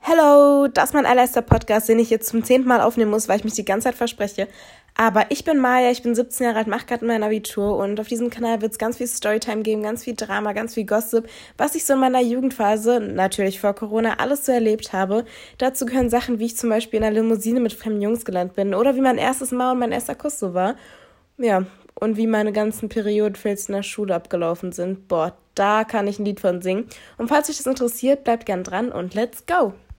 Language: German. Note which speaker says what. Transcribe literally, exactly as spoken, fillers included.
Speaker 1: Hello, das ist mein allererster Podcast, den ich jetzt zum zehnten Mal aufnehmen muss, weil ich mich die ganze Zeit verspreche. Aber ich bin Maya, ich bin siebzehn Jahre alt, mache gerade mein Abitur und auf diesem Kanal wird es ganz viel Storytime geben, ganz viel Drama, ganz viel Gossip, was ich so in meiner Jugendphase, natürlich vor Corona, alles so erlebt habe. Dazu gehören Sachen, wie ich zum Beispiel in einer Limousine mit fremden Jungs gelandet bin oder wie mein erstes Mal und mein erster Kuss so war. Ja, und wie meine ganzen Periodenfails in der Schule abgelaufen sind. Boah, da kann ich ein Lied von singen. Und falls euch das interessiert, bleibt gern dran und let's go!